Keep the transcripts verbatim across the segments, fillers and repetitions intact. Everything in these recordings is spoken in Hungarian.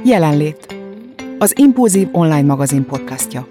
Jelenlét. Az Impulzív online magazin podcastja.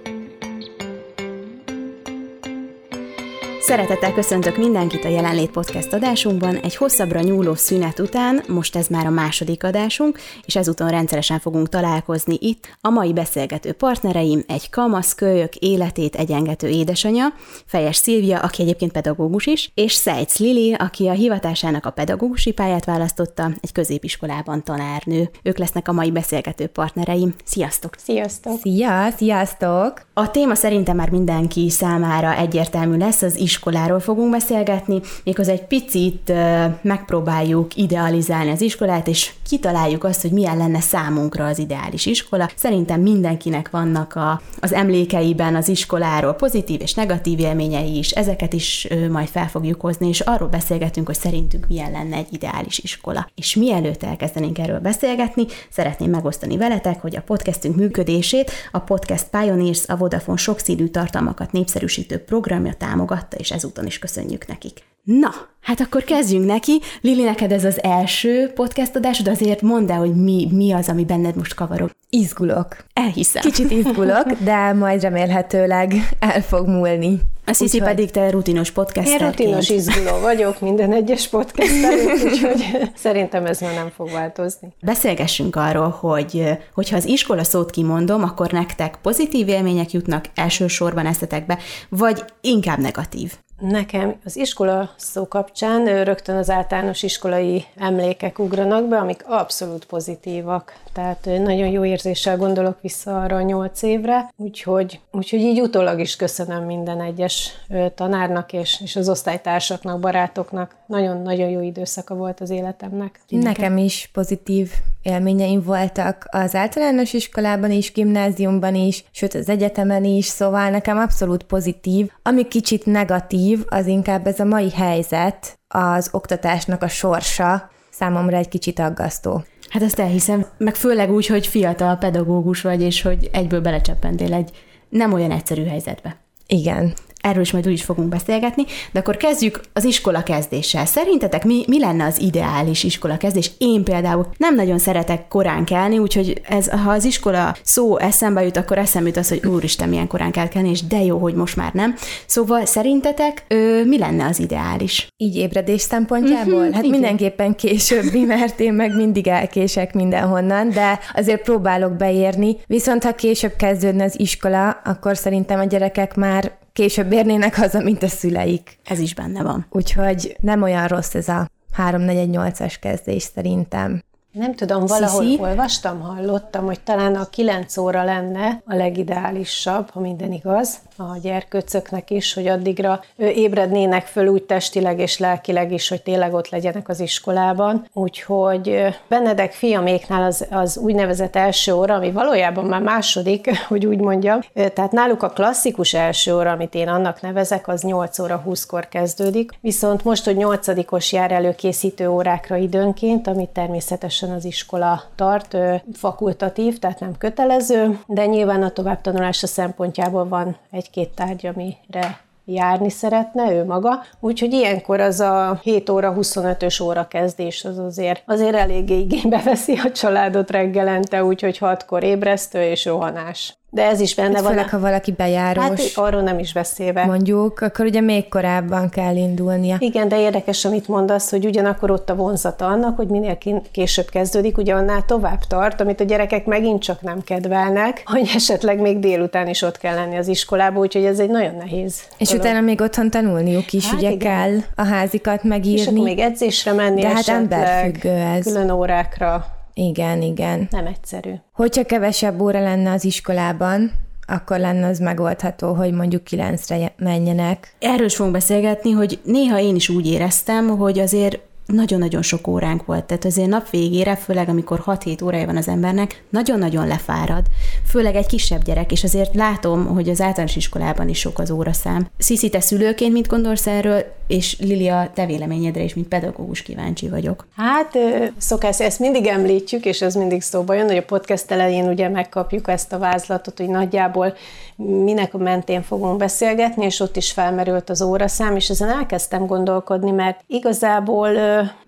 Szeretettel köszöntök mindenkit a Jelenlét podcast adásunkban. Egy hosszabbra nyúló szünet után, most ez már a második adásunk, és ezúton rendszeresen fogunk találkozni itt. A mai beszélgető partnereim egy kamasz kölyök életét egyengető édesanyja, Fejes Szilvia, aki egyébként pedagógus is, és Szejc Lili, aki a hivatásának a pedagógusi pályát választotta, egy középiskolában tanárnő. Ők lesznek a mai beszélgető partnereim. Sziasztok! Sziasztok! Szia! Sziasztok! A téma szerintem már mindenki számára egyértelmű lesz, az iskoláról fogunk beszélgetni, méghozzá egy picit uh, megpróbáljuk idealizálni az iskolát, és kitaláljuk azt, hogy milyen lenne számunkra az ideális iskola. Szerintem mindenkinek vannak a, az emlékeiben az iskoláról pozitív és negatív élményei is, ezeket is uh, majd fel fogjuk hozni, és arról beszélgetünk, hogy szerintünk milyen lenne egy ideális iskola. És mielőtt elkezdenénk erről beszélgetni, szeretném megosztani veletek, hogy a podcastünk működését a Podcast Pioneers, a Vodafone sokszínű tartalmakat népszerűsítő programja támogatta, és ezúton is köszönjük nekik. Na, hát akkor kezdjünk neki. Lili, neked ez az első podcast adásod, azért mondd el, hogy mi, mi az, ami benned most kavarog. Izgulok. Elhiszem. Kicsit izgulok, de majd remélhetőleg el fog múlni. A Sziszi úgy, pedig te rutinos podcasterként. Én rutinos izguló vagyok minden egyes podcast előtt, úgyhogy szerintem ez már nem fog változni. Beszélgessünk arról, hogy hogyha az iskola szót kimondom, akkor nektek pozitív élmények jutnak elsősorban eszetekbe, vagy inkább negatív? Nekem az iskola szó kapcsán rögtön az általános iskolai emlékek ugranak be, amik abszolút pozitívak. Tehát nagyon jó érzéssel gondolok vissza arra a nyolc évre, úgyhogy, úgyhogy így utólag is köszönöm minden egyes tanárnak és, és az osztálytársaknak, barátoknak. Nagyon-nagyon jó időszaka volt az életemnek. Nekem is pozitív élményeim voltak az általános iskolában is, gimnáziumban is, sőt az egyetemen is, szóval nekem abszolút pozitív. Ami kicsit negatív, az inkább ez a mai helyzet, az oktatásnak a sorsa számomra egy kicsit aggasztó. Hát ezt elhiszem, meg főleg úgy, hogy fiatal pedagógus vagy, és hogy egyből belecseppentél egy nem olyan egyszerű helyzetbe. Igen. Erről is majd úgy is fogunk beszélgetni, de akkor kezdjük az iskola kezdéssel. Szerintetek mi, mi lenne az ideális iskola kezdés? Én például nem nagyon szeretek korán kelni, úgyhogy ez, ha az iskola szó eszembe jut, akkor eszembe jut az, hogy úristen, milyen korán kell kelni, és de jó, hogy most már nem. Szóval szerintetek ö, mi lenne az ideális? Így ébredés szempontjából? Mm-hmm, hát igen. Mindenképpen későbbi, mert én meg mindig elkések mindenhonnan, de azért próbálok beérni. Viszont ha később kezdődne az iskola, akkor szerintem a gyerekek már később érnének haza, mint a szüleik. Ez is benne van. Úgyhogy nem olyan rossz ez a három negyven nyolcas kezdés szerintem. Nem tudom, valahol Sziszi? olvastam, hallottam, hogy talán a kilenc óra lenne a legideálisabb, ha minden igaz, a gyerkőcöknek is, hogy addigra ébrednének föl úgy testileg és lelkileg is, hogy tényleg ott legyenek az iskolában. Úgyhogy Benedek fiaméknál az, az úgynevezett első óra, ami valójában már második, hogy úgy mondjam. Tehát náluk a klasszikus első óra, amit én annak nevezek, az nyolc óra húszkor kezdődik. Viszont most, hogy nyolcadikos jár előkészítő órákra időnként, amit természetesen az iskola tart, fakultatív, tehát nem kötelező, de nyilván a továbbtanulása szempontjából van egy-két tárgy, amire járni szeretne ő maga. Úgyhogy ilyenkor az a hét óra huszonötös óra kezdés az azért, azért eléggé igénybe veszi a családot reggelente, úgyhogy hatkor ébresztő és rohanás. De ez is benne hát van. Főleg, ha valaki bejárós. Hát arról nem is beszélve. Mondjuk, akkor ugye még korábban kell indulnia. Igen, de érdekes, amit mondasz, hogy ugyanakkor ott a vonzata annak, hogy minél később kezdődik, ugye annál tovább tart, amit a gyerekek megint csak nem kedvelnek, hogy esetleg még délután is ott kell lenni az iskolába, úgyhogy ez egy nagyon nehéz És dolog. Utána még otthon tanulniuk is, hát ugye igen. Kell a házikat megírni. És akkor még edzésre menni, de hát esetleg emberfüggő ez. Külön órákra. Igen, igen. Nem egyszerű. Hogyha kevesebb óra lenne az iskolában, akkor lenne az megoldható, hogy mondjuk kilencre menjenek. Erről is fogunk beszélgetni, hogy néha én is úgy éreztem, hogy azért nagyon-nagyon sok óránk volt. Tehát azért nap végére, főleg amikor hat-hét órája van az embernek, nagyon-nagyon lefárad. Főleg egy kisebb gyerek, és azért látom, hogy az általános iskolában is sok az óraszám. Sziszi, te szülőként mit gondolsz erről, és Lilia, te véleményedre is, mint pedagógus kíváncsi vagyok. Hát szokás, ezt mindig említjük, és ez mindig szóba jön, hogy a podcast elején ugye megkapjuk ezt a vázlatot, hogy nagyjából minek a mentén fogunk beszélgetni, és ott is felmerült az óraszám, és ezen elkezdtem gondolkodni, mert igazából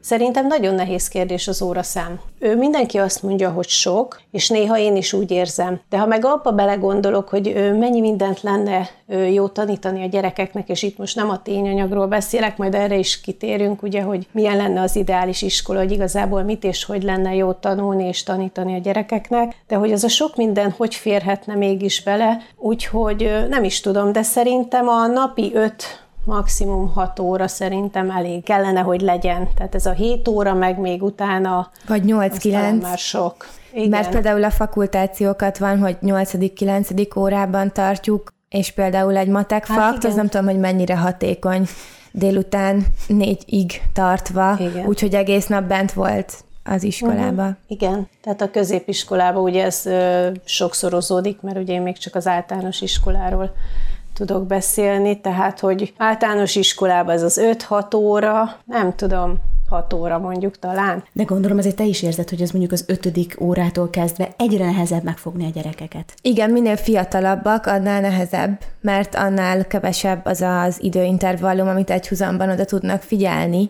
Szerintem nagyon nehéz kérdés az óraszám. Ő mindenki azt mondja, hogy sok, és néha én is úgy érzem. De ha meg abba belegondolok, hogy mennyi mindent lenne jó tanítani a gyerekeknek, és itt most nem a tényanyagról beszélek, majd erre is kitérünk, ugye, hogy milyen lenne az ideális iskola, hogy igazából mit és hogy lenne jó tanulni és tanítani a gyerekeknek, de hogy az a sok minden hogy férhetne mégis bele, úgyhogy nem is tudom, de szerintem a napi öt maximum hat óra szerintem elég kellene, hogy legyen. Tehát ez a hét óra, meg még utána... Vagy nyolc-kilenc. Már sok. Igen. Mert például a fakultációkat van, hogy nyolcadik-kilencedik órában tartjuk, és például egy matek hát fakt, az nem tudom, hogy mennyire hatékony délután négyig tartva, úgyhogy egész nap bent volt az iskolába. Uh-huh. Igen, tehát a középiskolába ugye ez ö, sokszorozódik, mert ugye én még csak az általános iskoláról tudok beszélni, tehát, hogy általános iskolában ez az öt-hat óra, nem tudom, hat óra mondjuk talán. De gondolom azért te is érzed, hogy ez mondjuk az ötödik órától kezdve egyre nehezebb megfogni a gyerekeket. Igen, minél fiatalabbak, annál nehezebb, mert annál kevesebb az az időintervallum, amit egyhuzamban oda tudnak figyelni,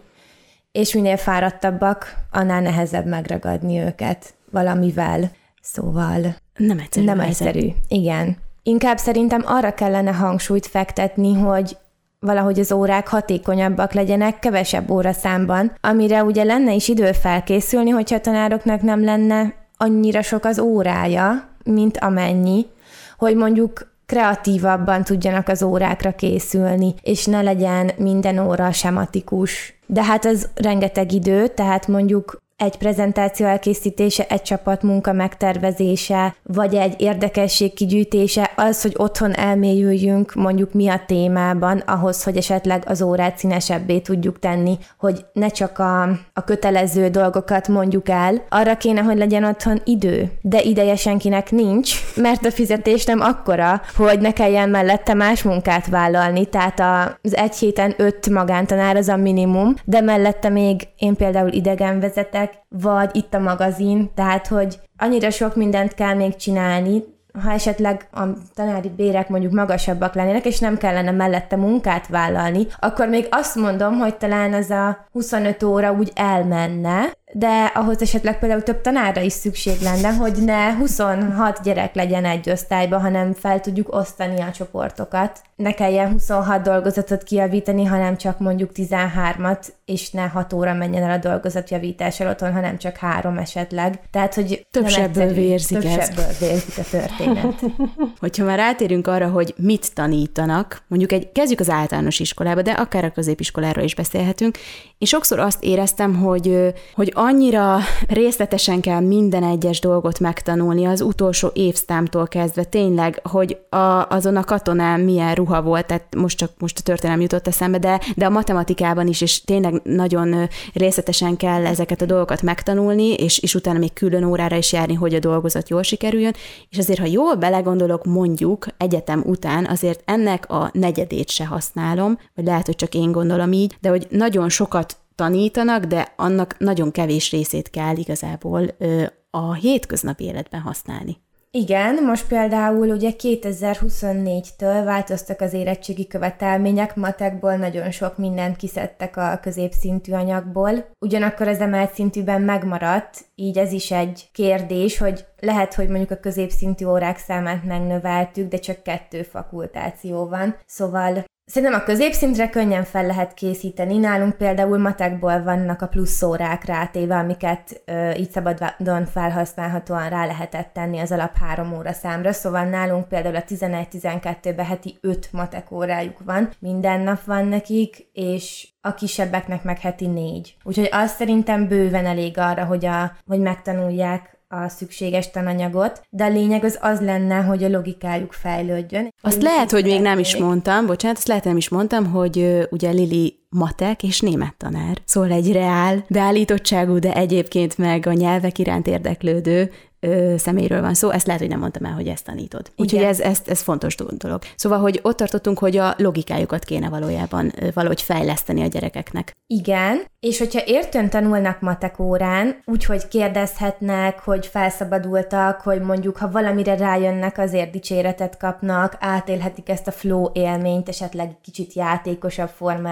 és minél fáradtabbak, annál nehezebb megragadni őket valamivel. Szóval nem egyszerű. Nem egyszerű, igen. Inkább szerintem arra kellene hangsúlyt fektetni, hogy valahogy az órák hatékonyabbak legyenek, kevesebb óraszámban, amire ugye lenne is idő felkészülni, hogyha a tanároknak nem lenne annyira sok az órája, mint amennyi, hogy mondjuk kreatívabban tudjanak az órákra készülni, és ne legyen minden óra sematikus. De hát az rengeteg idő, tehát mondjuk egy prezentáció elkészítése, egy csapatmunka megtervezése, vagy egy érdekesség kigyűjtése, az, hogy otthon elmélyüljünk mondjuk mi a témában, ahhoz, hogy esetleg az órát színesebbé tudjuk tenni, hogy ne csak a, a kötelező dolgokat mondjuk el, arra kéne, hogy legyen otthon idő. De ideje senkinek nincs, mert a fizetés nem akkora, hogy ne kelljen mellette más munkát vállalni, tehát az egy héten öt magántanár az a minimum, de mellette még én például idegenvezetek, vagy itt a magazin, tehát, hogy annyira sok mindent kell még csinálni, ha esetleg a tanári bérek mondjuk magasabbak lennének, és nem kellene mellette munkát vállalni, akkor még azt mondom, hogy talán az a huszonöt óra úgy elmenne, de ahhoz esetleg például több tanárra is szükség lenne, hogy ne huszonhat gyerek legyen egy osztályba, hanem fel tudjuk osztani a csoportokat. Ne kelljen huszonhat dolgozatot kijavítani, hanem csak mondjuk tizenhármat, és ne hat óra menjen el a dolgozatjavítással otthon, hanem csak három esetleg. Tehát, hogy több sebből vérzik ez. Több sebből vérzik a történet. Hogyha már rátérünk arra, hogy mit tanítanak, mondjuk egy, kezdjük az általános iskolába, de akár a középiskoláról is beszélhetünk, és sokszor azt éreztem, hogy, hogy annyira részletesen kell minden egyes dolgot megtanulni az utolsó évszámtól kezdve, tényleg, hogy a, azon a katonán milyen ruha volt, tehát most csak most a történelem jutott eszembe, de, de a matematikában is, és tényleg nagyon részletesen kell ezeket a dolgokat megtanulni, és, és utána még külön órára is járni, hogy a dolgozat jól sikerüljön, és azért, ha jól belegondolok, mondjuk egyetem után azért ennek a negyedét se használom, vagy lehet, hogy csak én gondolom így, de hogy nagyon sokat tanítanak, de annak nagyon kevés részét kell igazából ö, a hétköznapi életben használni. Igen, most például ugye kétezer-huszonnégytől változtak az érettségi követelmények, matekból nagyon sok mindent kiszedtek a középszintű anyagból, ugyanakkor az emelt szintűben megmaradt, így ez is egy kérdés, hogy lehet, hogy mondjuk a középszintű órák számát megnöveltük, de csak kettő fakultáció van, szóval szerintem a középszintre könnyen fel lehet készíteni. Nálunk például matekból vannak a plusz órák rátéve, amiket ö, így szabadon felhasználhatóan rá lehetett tenni az alap három óra számra, szóval nálunk például a tizenegy-tizenkettőben heti öt matek órájuk van, minden nap van nekik, és a kisebbeknek meg heti négy. Úgyhogy az szerintem bőven elég arra, hogy, a, hogy megtanulják a szükséges tananyagot, de a lényeg az az lenne, hogy a logikájuk fejlődjön. Azt lehet, hogy még nem is mondtam, bocsánat, azt lehet, nem is mondtam, hogy uh, ugye Lili matek és német tanár. Szóval egy reál beállítottságú, de egyébként meg a nyelvek iránt érdeklődő ö, személyről van szó. Ezt lehet, hogy nem mondtam el, hogy ezt tanítod. Úgyhogy ez, ez, ez fontos dolog. Szóval, hogy ott tartottunk, hogy a logikájukat kéne valójában ö, valahogy fejleszteni a gyerekeknek. Igen, és hogyha értőn tanulnak matek órán, úgyhogy kérdezhetnek, hogy felszabadultak, hogy mondjuk, ha valamire rájönnek, azért dicséretet kapnak, átélhetik ezt a flow élményt, esetleg kicsit játékosabb formában,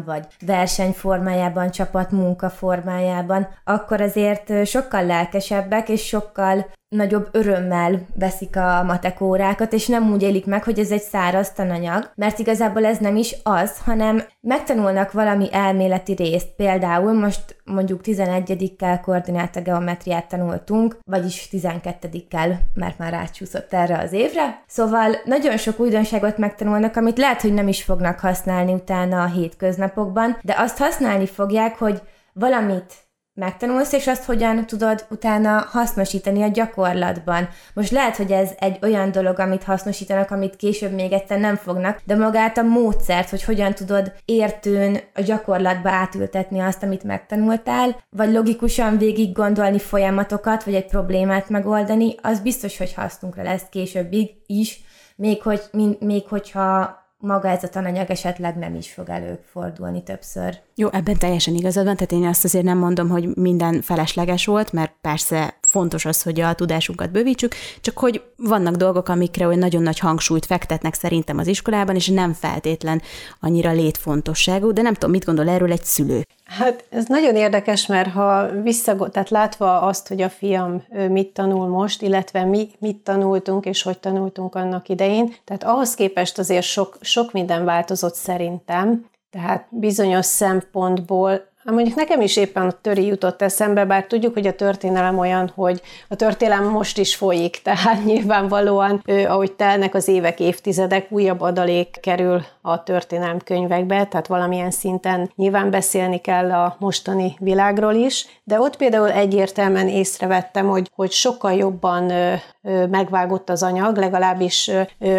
vagy verseny formájában, csapatmunka formájában, akkor azért sokkal lelkesebbek, és sokkal nagyobb örömmel veszik a matek órákat, és nem úgy élik meg, hogy ez egy száraz tananyag, mert igazából ez nem is az, hanem megtanulnak valami elméleti részt. Például most mondjuk tizenegyedikkel koordináta geometriát tanultunk, vagyis tizenkettedikkel, mert már átsúszott erre az évre. Szóval nagyon sok újdonságot megtanulnak, amit lehet, hogy nem is fognak használni utána a hétköznapokban, de azt használni fogják, hogy valamit megtanulsz, és azt hogyan tudod utána hasznosítani a gyakorlatban. Most lehet, hogy ez egy olyan dolog, amit hasznosítanak, amit később még egyszer nem fognak, de magát a módszert, hogy hogyan tudod értőn a gyakorlatba átültetni azt, amit megtanultál, vagy logikusan végig gondolni folyamatokat, vagy egy problémát megoldani, az biztos, hogy hasznunkra lesz későbbig is, még, hogy, még hogyha maga ez a tananyag esetleg nem is fog előfordulni többször. Jó, ebben teljesen igazad van, tehát én azt azért nem mondom, hogy minden felesleges volt, mert persze fontos az, hogy a tudásunkat bővítsük, csak hogy vannak dolgok, amikre olyan nagyon nagy hangsúlyt fektetnek szerintem az iskolában, és nem feltétlen annyira létfontosságú, de nem tudom, mit gondol erről egy szülő. Hát ez nagyon érdekes, mert ha vissza, tehát látva azt, hogy a fiam mit tanul most, illetve mi mit tanultunk, és hogy tanultunk annak idején, tehát ahhoz képest azért sok, sok minden változott szerintem, tehát bizonyos szempontból, mondjuk nekem is éppen a töri jutott eszembe, bár tudjuk, hogy a történelem olyan, hogy a történelem most is folyik, tehát nyilvánvalóan, ahogy telnek az évek, évtizedek, újabb adalék kerül a történelemkönyvekbe, tehát valamilyen szinten nyilván beszélni kell a mostani világról is, de ott például egyértelműen észrevettem, hogy, hogy sokkal jobban megvágott az anyag, legalábbis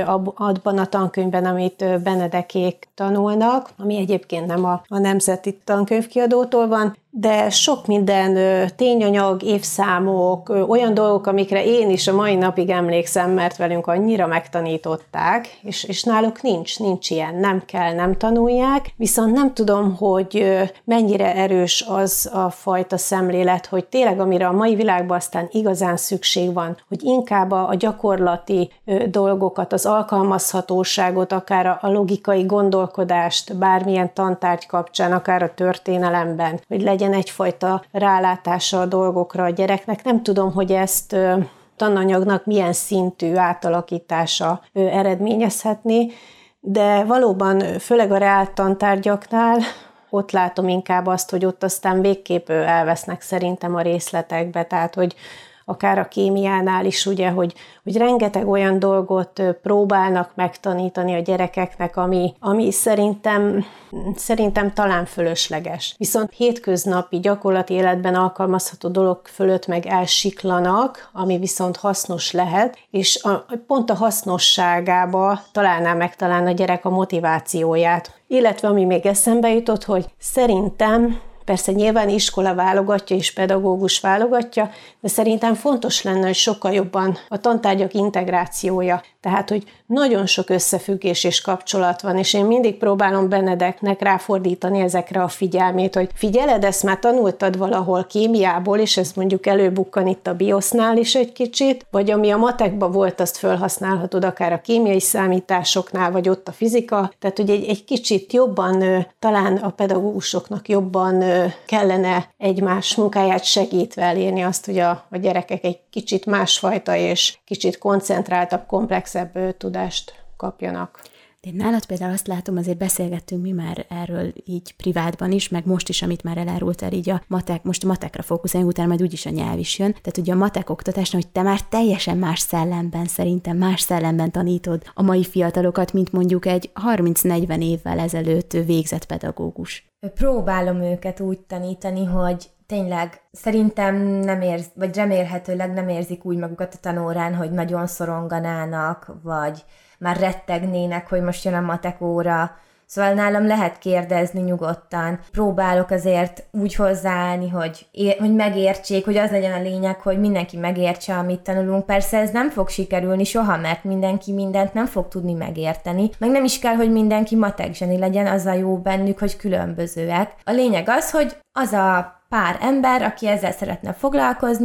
abban a tankönyvben, amit Benedekék tanulnak, ami egyébként nem a, a Nemzeti Tankönyvkiadótól van, de sok minden tényanyag, évszámok, olyan dolgok, amikre én is a mai napig emlékszem, mert velünk annyira megtanították, és, és náluk nincs, nincs ilyen, nem kell, nem tanulják, viszont nem tudom, hogy mennyire erős az a fajta szemlélet, hogy tényleg amire a mai világban aztán igazán szükség van, hogy inkább a gyakorlati dolgokat, az alkalmazhatóságot, akár a logikai gondolkodást, bármilyen tantárgy kapcsán, akár a történelemben, hogy legyen egyfajta rálátása a dolgokra a gyereknek. Nem tudom, hogy ezt tananyagnak milyen szintű átalakítása eredményezhetné, de valóban főleg a reál tantárgyaknál ott látom inkább azt, hogy ott aztán végképp elvesznek szerintem a részletekbe, tehát hogy akár a kémiánál is, ugye, hogy, hogy rengeteg olyan dolgot próbálnak megtanítani a gyerekeknek, ami, ami szerintem, szerintem talán fölösleges. Viszont hétköznapi gyakorlati életben alkalmazható dolog fölött meg elsiklanak, ami viszont hasznos lehet, és a, pont a hasznosságába találná meg talán a gyerek a motivációját. Illetve ami még eszembe jutott, hogy szerintem persze nyilván iskola válogatja és pedagógus válogatja, de szerintem fontos lenne, hogy sokkal jobban a tantárgyak integrációja. Tehát, hogy nagyon sok összefüggés és kapcsolat van, és én mindig próbálom Benedeknek ráfordítani ezekre a figyelmét, hogy figyeled, ezt már tanultad valahol kémiából, és ez mondjuk előbukkan itt a biosznál is egy kicsit, vagy ami a matekban volt, azt felhasználhatod akár a kémiai számításoknál, vagy ott a fizika, tehát hogy egy, egy kicsit jobban, talán a pedagógusoknak jobban kellene egymás munkáját segítve elérni azt, hogy a, a gyerekek egy kicsit másfajta és kicsit koncentráltabb, komplexebb tudást kapjanak. Én nálad például azt látom, azért beszélgettünk mi már erről így privátban is, meg most is, amit már elárultál így a matek, most a matekra fókuszáljunk, utána majd úgyis a nyelv is jön. Tehát ugye a matek oktatásnak, hogy te már teljesen más szellemben, szerintem más szellemben tanítod a mai fiatalokat, mint mondjuk egy harminc-negyven évvel ezelőtt végzett pedagógus. Próbálom őket úgy tanítani, hogy tényleg szerintem nem érz, vagy remélhetőleg nem érzik úgy magukat a tanórán, hogy nagyon szoronganának, vagy már rettegnének, hogy most jön a matek óra. Szóval nálam lehet kérdezni nyugodtan. Próbálok azért úgy hozzáállni, hogy, ér, hogy megértsék, hogy az legyen a lényeg, hogy mindenki megértse, amit tanulunk. Persze ez nem fog sikerülni soha, mert mindenki mindent nem fog tudni megérteni. Meg nem is kell, hogy mindenki matek zseni legyen, az a jó bennük, hogy különbözőek. A lényeg az, hogy az a pár ember, aki ezzel szeretne foglalkozni,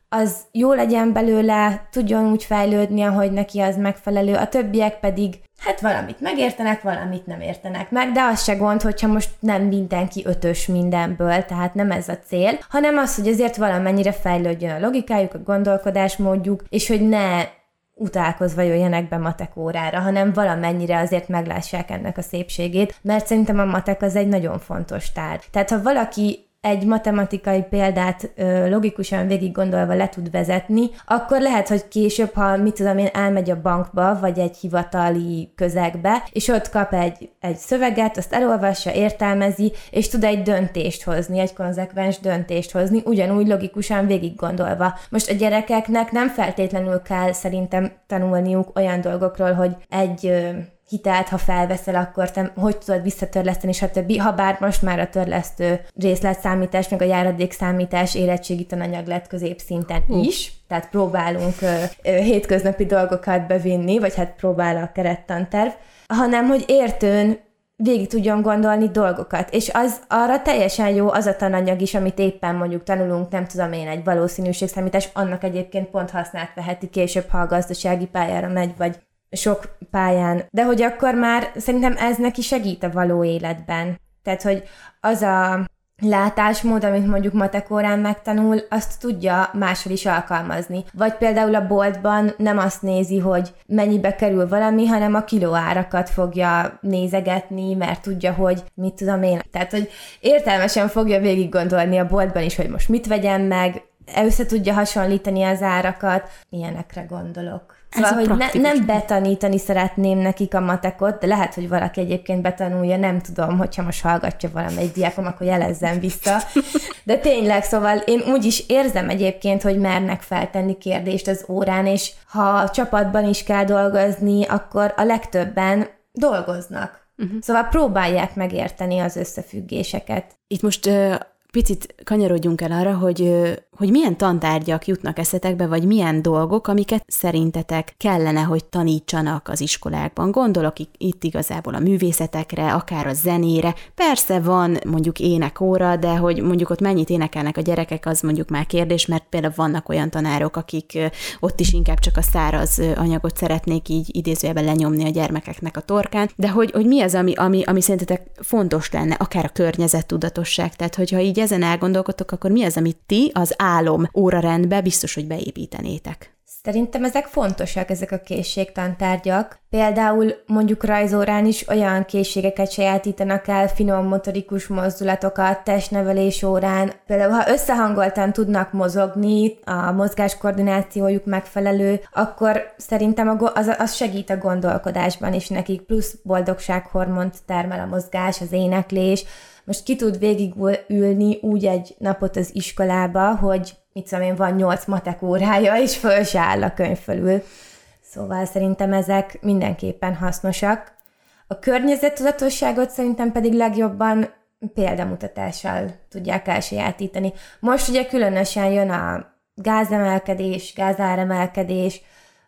az jó legyen belőle, tudjon úgy fejlődni, ahogy neki az megfelelő, a többiek pedig hát valamit megértenek, valamit nem értenek meg, de az se gond, hogyha most nem mindenki ötös mindenből, tehát nem ez a cél, hanem az, hogy azért valamennyire fejlődjön a logikájuk, a gondolkodásmódjuk, és hogy ne utálkozva jöjjenek be matek órára, hanem valamennyire azért meglássák ennek a szépségét, mert szerintem a matek az egy nagyon fontos tárgy. Tehát ha valaki egy matematikai példát ö, logikusan végig gondolva le tud vezetni, akkor lehet, hogy később, ha mit tudom én, elmegy a bankba, vagy egy hivatali közegbe, és ott kap egy, egy szöveget, azt elolvassa, értelmezi, és tud egy döntést hozni, egy konzekvens döntést hozni, ugyanúgy logikusan végig gondolva. Most a gyerekeknek nem feltétlenül kell szerintem tanulniuk olyan dolgokról, hogy egy ö, hitelt, ha felveszel, akkor te hogy tudod visszatörleszteni, stb. Habár most már a törlesztő részletszámítás, meg a járadékszámítás érettségi tananyag lett középszinten uh. is, tehát próbálunk ö, ö, hétköznapi dolgokat bevinni, vagy hát próbál a kerettanterv, hanem hogy értőn végig tudjon gondolni dolgokat, és az arra teljesen jó az a tananyag is, amit éppen mondjuk tanulunk, nem tudom én, egy valószínűségszámítás, annak egyébként pont hasznát veheti később, ha a gazdasági pályára megy, vagy sok pályán, de hogy akkor már szerintem ez neki segít a való életben. Tehát, hogy az a látásmód, amit mondjuk matek órán megtanul, azt tudja máshol is alkalmazni. Vagy például a boltban nem azt nézi, hogy mennyibe kerül valami, hanem a kilóárakat fogja nézegetni, mert tudja, hogy mit tudom én. Tehát, hogy értelmesen fogja végig gondolni a boltban is, hogy most mit vegyem meg, össze tudja hasonlítani az árakat, ilyenekre gondolok. Szóval, hogy ne, nem betanítani szeretném nekik a matekot, de lehet, hogy valaki egyébként betanulja, nem tudom, hogyha most hallgatja valamelyik diákom, akkor jelezzen vissza. De tényleg, szóval én úgy is érzem egyébként, hogy mernek feltenni kérdést az órán, és ha csapatban is kell dolgozni, akkor a legtöbben dolgoznak. Uh-huh. Szóval próbálják megérteni az összefüggéseket. Itt most... Uh... Picit kanyarodjunk el arra, hogy, hogy milyen tantárgyak jutnak eszetekbe, vagy milyen dolgok, amiket szerintetek kellene, hogy tanítsanak az iskolákban. Gondolok itt igazából a művészetekre, akár a zenére. Persze van mondjuk énekóra, de hogy mondjuk ott mennyit énekelnek a gyerekek, az mondjuk már kérdés, mert például vannak olyan tanárok, akik ott is inkább csak a száraz anyagot szeretnék így idézőjelben lenyomni a gyermekeknek a torkán. De hogy, hogy mi az, ami, ami, ami szerintetek fontos lenne, akár a környezettudatosság. Tehát, hogyha így ezen elgondolkodtok, akkor mi az, amit ti az álom órarendbe biztos, hogy beépítenétek? Szerintem ezek fontosak, ezek a készségtantárgyak. Például mondjuk rajzórán is olyan készségeket sajátítanak el, finom motorikus mozdulatokat, testnevelés órán. Például, ha összehangoltan tudnak mozogni, a mozgáskoordinációjuk megfelelő, akkor szerintem az, az segít a gondolkodásban is nekik, plusz boldogsághormont termel a mozgás, az éneklés. Most ki tud végigülni úgy egy napot az iskolába, hogy mit tudom én, van nyolc matek órája, és föl se áll a könyv fölül. Szóval szerintem ezek mindenképpen hasznosak. A környezettudatosságot szerintem pedig legjobban példamutatással tudják elsajátítani. Most ugye különösen jön a gázemelkedés, gázáremelkedés,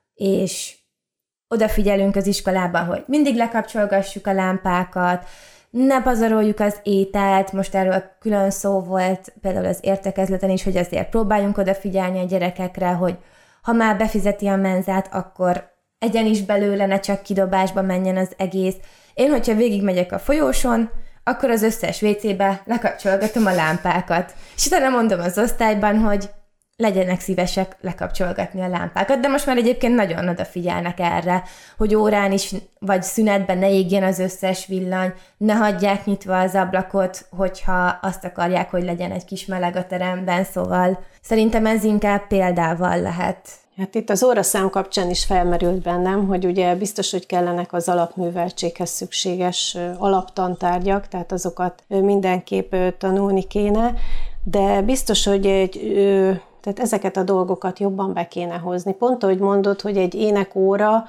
és odafigyelünk az iskolában, hogy mindig lekapcsolgassuk a lámpákat, ne pazaroljuk az ételt, most erről külön szó volt például az értekezleten is, hogy azért próbáljunk odafigyelni a gyerekekre, hogy ha már befizeti a menzát, akkor egyen is belőle, ne csak kidobásba menjen az egész. Én, hogyha végigmegyek a folyóson, akkor az összes vécébe lekapcsolgatom a lámpákat. És utána mondom az osztályban, hogy legyenek szívesek lekapcsolgatni a lámpákat, de most már egyébként nagyon odafigyelnek erre, hogy órán is, vagy szünetben ne égjen az összes villany, ne hagyják nyitva az ablakot, hogyha azt akarják, hogy legyen egy kis meleg a teremben, szóval szerintem ez inkább példával lehet. Hát itt az óraszám kapcsán is felmerült bennem, hogy ugye biztos, hogy kellenek az alapműveltséghez szükséges alaptantárgyak, tehát azokat mindenképp tanulni kéne, de biztos, hogy egy... Tehát ezeket a dolgokat jobban be kéne hozni. Pont ahogy mondod, hogy egy énekóra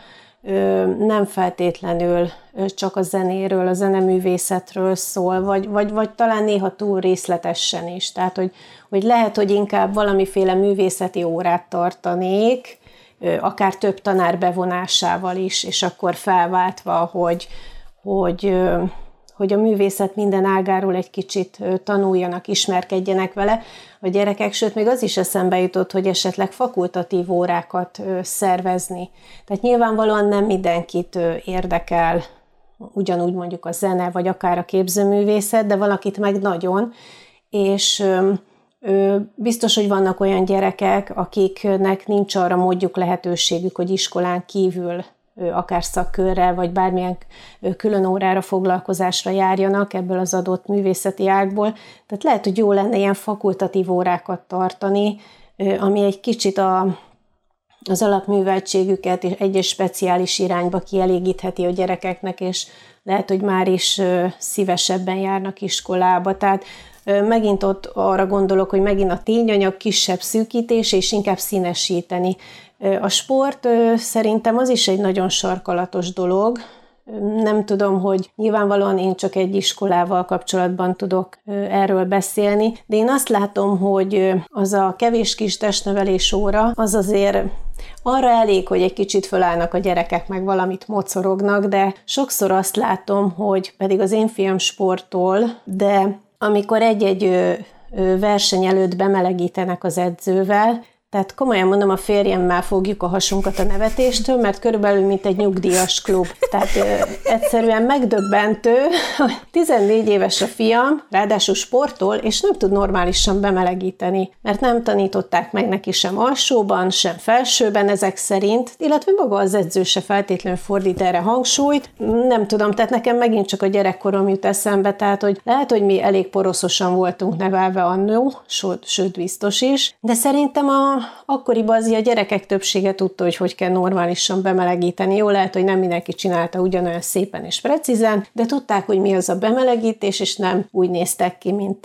nem feltétlenül csak a zenéről, a zeneművészetről szól, vagy, vagy, vagy talán néha túl részletesen is. Tehát, hogy, hogy lehet, hogy inkább valamiféle művészeti órát tartanék, akár több tanár bevonásával is, és akkor felváltva, hogy, hogy hogy a művészet minden ágáról egy kicsit tanuljanak, ismerkedjenek vele a gyerekek, sőt, még az is eszembe jutott, hogy esetleg fakultatív órákat szervezni. Tehát nyilvánvalóan nem mindenkit érdekel ugyanúgy mondjuk a zene, vagy akár a képzőművészet, de valakit meg nagyon, és biztos, hogy vannak olyan gyerekek, akiknek nincs arra módjuk, lehetőségük, hogy iskolán kívül akár szakkörrel, vagy bármilyen külön órára, foglalkozásra járjanak ebből az adott művészeti ágból. Tehát lehet, hogy jó lenne ilyen fakultatív órákat tartani, ami egy kicsit a, az alapműveltségüket egyes speciális irányba kielégítheti a gyerekeknek, és lehet, hogy már is szívesebben járnak iskolába. Tehát megint ott arra gondolok, hogy megint a tényanyag kisebb szűkítés, és inkább színesíteni. A sport szerintem az is egy nagyon sarkalatos dolog. Nem tudom, hogy nyilvánvalóan én csak egy iskolával kapcsolatban tudok erről beszélni, de én azt látom, hogy az a kevés kis testnevelés óra, az azért arra elég, hogy egy kicsit fölállnak a gyerekek, meg valamit mocorognak, de sokszor azt látom, hogy pedig az én fiam sportol, de amikor egy-egy verseny előtt bemelegítenek az edzővel, tehát komolyan mondom, a férjemmel fogjuk a hasunkat a nevetéstől, mert körülbelül mint egy nyugdíjas klub. Tehát ö, egyszerűen megdöbbentő, hogy tizennégy éves a fiam, ráadásul sportol, és nem tud normálisan bemelegíteni, mert nem tanították meg neki sem alsóban, sem felsőben ezek szerint, illetve maga az edző se feltétlenül fordít erre hangsúlyt. Nem tudom, tehát nekem megint csak a gyerekkorom jut eszembe, tehát hogy lehet, hogy mi elég poroszosan voltunk nevelve annó, sőt, sőt biztos is, de szerintem a akkoriban azért a gyerekek többsége tudta, hogy hogy kell normálisan bemelegíteni. Jó, lehet, hogy nem mindenki csinálta ugyanolyan szépen és precízen, de tudták, hogy mi az a bemelegítés, és nem úgy néztek ki, mint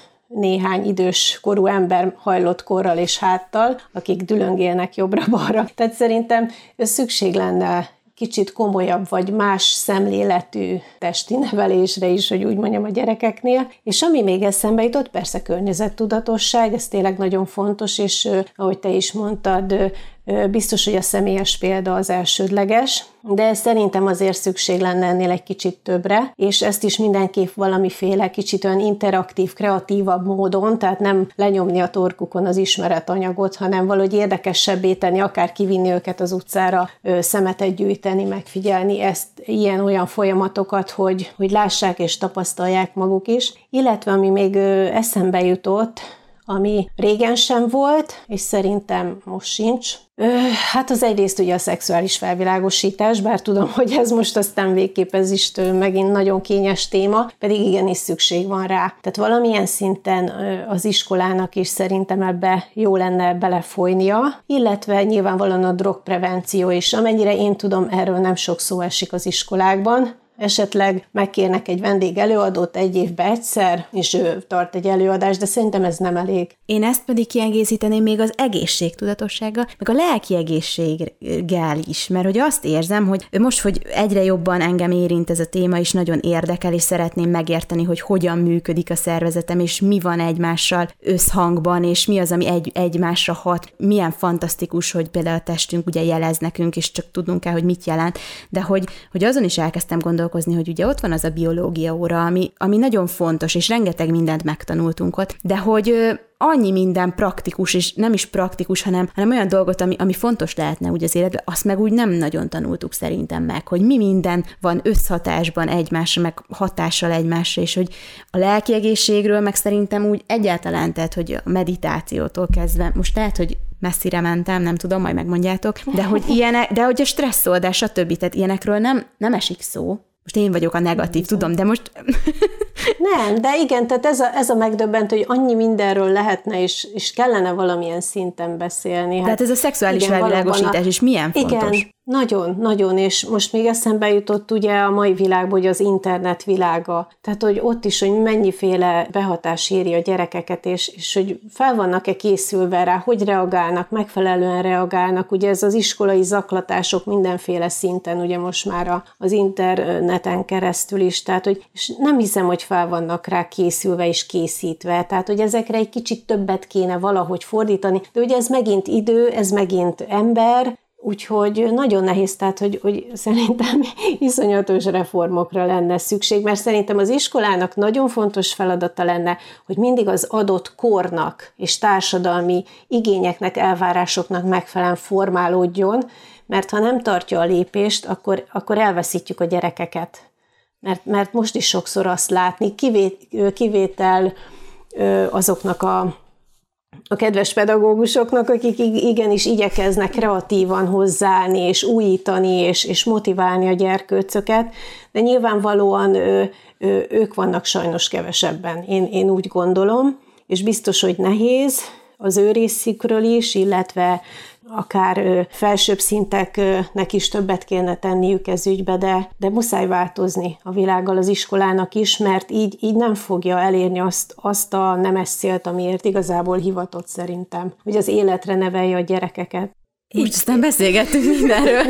néhány idős korú ember hajlott korral és háttal, akik dülöngélnek jobbra-balra. Tehát szerintem szükség lenne kicsit komolyabb vagy más szemléletű testi nevelésre is, hogy úgy mondjam, a gyerekeknél. És ami még eszembe jutott, persze környezettudatosság, ez tényleg nagyon fontos, és ahogy te is mondtad, biztos, hogy a személyes példa az elsődleges, de szerintem azért szükség lenne ennél egy kicsit többre, és ezt is mindenképp valamiféle kicsit olyan interaktív, kreatívabb módon, tehát nem lenyomni a torkukon az ismeretanyagot, hanem valahogy érdekesebbé tenni, akár kivinni őket az utcára, szemetet gyűjteni, megfigyelni ezt, ilyen-olyan folyamatokat, hogy, hogy lássák és tapasztalják maguk is. Illetve ami még eszembe jutott, ami régen sem volt, és szerintem most sincs. Hát az egyrészt ugye a szexuális felvilágosítás, bár tudom, hogy ez most aztán végképp ez is megint nagyon kényes téma, pedig igenis szükség van rá. Tehát valamilyen szinten az iskolának is szerintem ebbe jó lenne belefolynia, illetve nyilvánvalóan a drogprevenció is. Amennyire én tudom, erről nem sok szó esik az iskolákban. Esetleg megkérnek egy vendég előadót egy évben egyszer, és ő tart egy előadást, de szerintem ez nem elég. Én ezt pedig kiegészíteném még az egészségtudatossággal, meg a lelki egészséggel is, mert hogy azt érzem, hogy most, hogy egyre jobban engem érint ez a téma, és nagyon érdekel, és szeretném megérteni, hogy hogyan működik a szervezetem, és mi van egymással összhangban, és mi az, ami egy, egymásra hat, milyen fantasztikus, hogy például a testünk ugye jelez nekünk, és csak tudnunk kell, hogy mit jelent, de hogy, hogy azon is elkezdtem gondolni, hogy ugye ott van az a biológia óra, ami, ami nagyon fontos, és rengeteg mindent megtanultunk ott, de hogy annyi minden praktikus, és nem is praktikus, hanem, hanem olyan dolgot, ami, ami fontos lehetne úgy az életben, azt meg úgy nem nagyon tanultuk szerintem meg, hogy mi minden van összhatásban egymásra, meg hatással egymásra, és hogy a lelki egészségről meg szerintem úgy egyáltalán, tehát, hogy a meditációtól kezdve, most lehet, hogy messzire mentem, nem tudom, majd megmondjátok, de hogy ilyenek, de hogy a stresszoldás, stb. Tehát ilyenekről nem, nem esik szó. Most én vagyok a negatív, tudom, de most... Nem, de igen, tehát ez a, ez a megdöbbentő, hogy annyi mindenről lehetne, és, és kellene valamilyen szinten beszélni. Hát, tehát ez a szexuális felvilágosítás is milyen fontos? Igen, nagyon, nagyon, és most még eszembe jutott ugye a mai világban, hogy az internet világa, tehát hogy ott is, hogy mennyiféle behatás éri a gyerekeket, és, és hogy fel vannak-e készülve rá, hogy reagálnak, megfelelően reagálnak, ugye ez az iskolai zaklatások mindenféle szinten, ugye most már a, az interneten keresztül is, tehát hogy és nem hiszem, hogy fel vannak rá készülve és készítve, tehát hogy ezekre egy kicsit többet kéne valahogy fordítani, de ugye ez megint idő, ez megint ember, Úgyhogy nagyon nehéz, tehát, hogy, hogy szerintem iszonyatos reformokra lenne szükség, mert szerintem az iskolának nagyon fontos feladata lenne, hogy mindig az adott kornak és társadalmi igényeknek, elvárásoknak megfelelően formálódjon, mert ha nem tartja a lépést, akkor, akkor elveszítjük a gyerekeket. Mert, mert most is sokszor azt látni, kivét, kivétel azoknak a a kedves pedagógusoknak, akik igenis igyekeznek kreatívan hozzáállni, és újítani, és, és motiválni a gyerkőcöket, de nyilvánvalóan ö, ö, ők vannak sajnos kevesebben, én, én úgy gondolom, és biztos, hogy nehéz az ő részükről is, illetve akár felsőbb szinteknek is többet kéne tenniük ez ügybe, de, de muszáj változni a világgal az iskolának is, mert így, így nem fogja elérni azt, azt a nemes célt, amiért igazából hivatott szerintem, hogy az életre nevelje a gyerekeket. Úgy aztán beszélgettünk mindenről.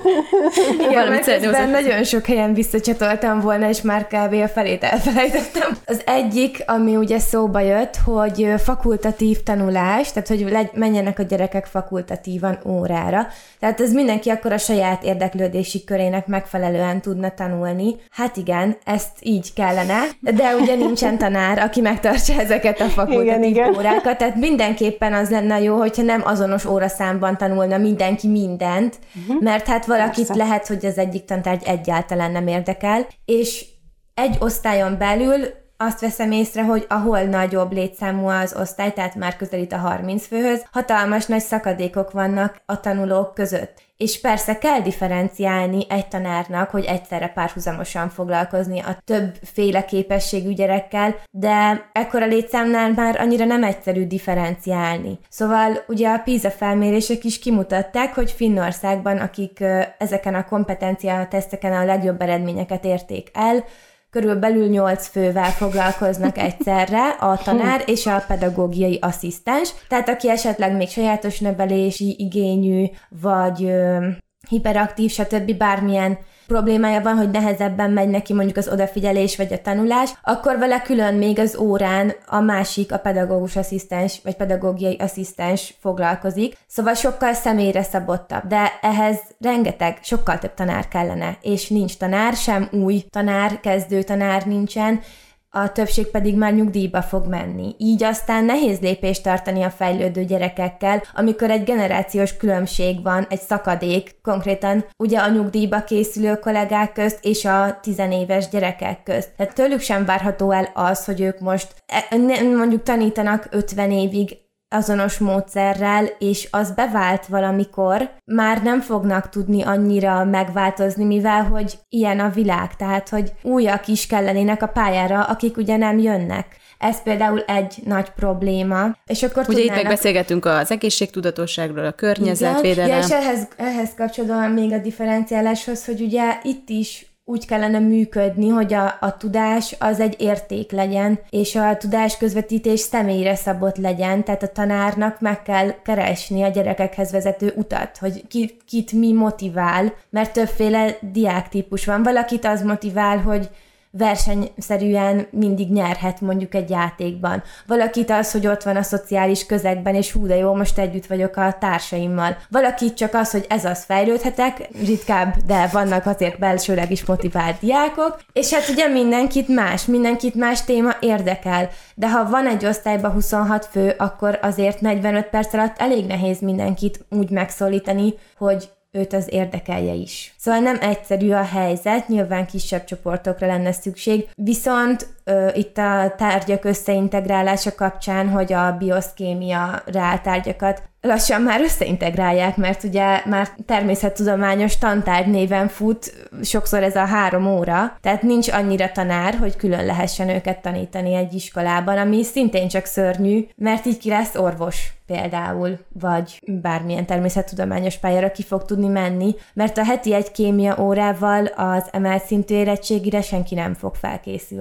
Igen, mert közben nagyon sok helyen visszacsatoltam volna, és már kb. A felét elfelejtettem. Az egyik, ami ugye szóba jött, hogy fakultatív tanulás, tehát hogy legy, menjenek a gyerekek fakultatívan órára. Tehát ez mindenki akkor a saját érdeklődési körének megfelelően tudna tanulni. Hát igen, ezt így kellene, de ugye nincsen tanár, aki megtartsa ezeket a fakultatív igen, igen. órákat, tehát mindenképpen az lenne jó, hogyha nem azonos óraszámban tanul mindenki mindent, uh-huh. mert hát valakit Persze. lehet, hogy az egyik tantárgy egyáltalán nem érdekel, és egy osztályon belül azt veszem észre, hogy ahol nagyobb létszámú az osztály, tehát már közelít a harminc főhöz, hatalmas nagy szakadékok vannak a tanulók között. És persze kell differenciálni egy tanárnak, hogy egyszerre párhuzamosan foglalkozni a többféle képességű gyerekkel, de ekkora létszámnál már annyira nem egyszerű differenciálni. Szóval ugye a PISA felmérések is kimutatták, hogy Finnországban, akik ezeken a kompetencia teszteken a legjobb eredményeket érték el, körülbelül nyolc fővel foglalkoznak egyszerre, a tanár és a pedagógiai asszisztens, tehát aki esetleg még sajátos nevelési igényű, vagy ö, hiperaktív, stb. Bármilyen problémája van, hogy nehezebben megy neki mondjuk az odafigyelés vagy a tanulás, akkor vele külön még az órán a másik, a pedagógus asszisztens vagy pedagógiai asszisztens foglalkozik. Szóval sokkal személyre szabottabb, de ehhez rengeteg, sokkal több tanár kellene, és nincs tanár, sem új tanár, kezdő tanár nincsen, a többség pedig már nyugdíjba fog menni. Így aztán nehéz lépést tartani a fejlődő gyerekekkel, amikor egy generációs különbség van, egy szakadék, konkrétan ugye a nyugdíjba készülő kollégák közt és a tizenéves gyerekek közt. Tehát tőlük sem várható el az, hogy ők most mondjuk tanítanak ötven évig azonos módszerrel, és az bevált valamikor, már nem fognak tudni annyira megváltozni, mivel hogy ilyen a világ, tehát hogy újak is kellenének a pályára, akik ugye nem jönnek. Ez például egy nagy probléma. És akkor ugye tudnának... itt meg beszélgetünk az egészségtudatosságról, a környezetvédelem. Ja, és ehhez, ehhez kapcsolódóan még a differenciáláshoz, hogy ugye itt is úgy kellene működni, hogy a, a tudás az egy érték legyen, és a tudás közvetítés személyre szabott legyen, tehát a tanárnak meg kell keresni a gyerekekhez vezető utat, hogy ki, kit mi motivál, mert többféle diáktípus van. Valakit az motivál, hogy versenyszerűen mindig nyerhet mondjuk egy játékban. Valakit az, hogy ott van a szociális közegben, és hú, de jó, most együtt vagyok a társaimmal. Valakit csak az, hogy ez az fejlődhetek, ritkább, de vannak azért belsőleg is motivált diákok, és hát ugye mindenkit más, mindenkit más téma érdekel, de ha van egy osztályban huszonhat fő, akkor azért negyvenöt perc alatt elég nehéz mindenkit úgy megszólítani, hogy őt az érdekelje is. Szóval nem egyszerű a helyzet, nyilván kisebb csoportokra lenne szükség, viszont ö, itt a tárgyak összeintegrálása kapcsán, hogy a bioszkémia reáltárgyakat lassan már összeintegrálják, mert ugye már természettudományos tantárgy néven fut sokszor ez a három óra, tehát nincs annyira tanár, hogy külön lehessen őket tanítani egy iskolában, ami szintén csak szörnyű, mert így ki lesz orvos például, vagy bármilyen természettudományos pályára ki fog tudni menni, mert a heti egy kémia órával az emelt szintű érettségire senki nem fog felkészülni.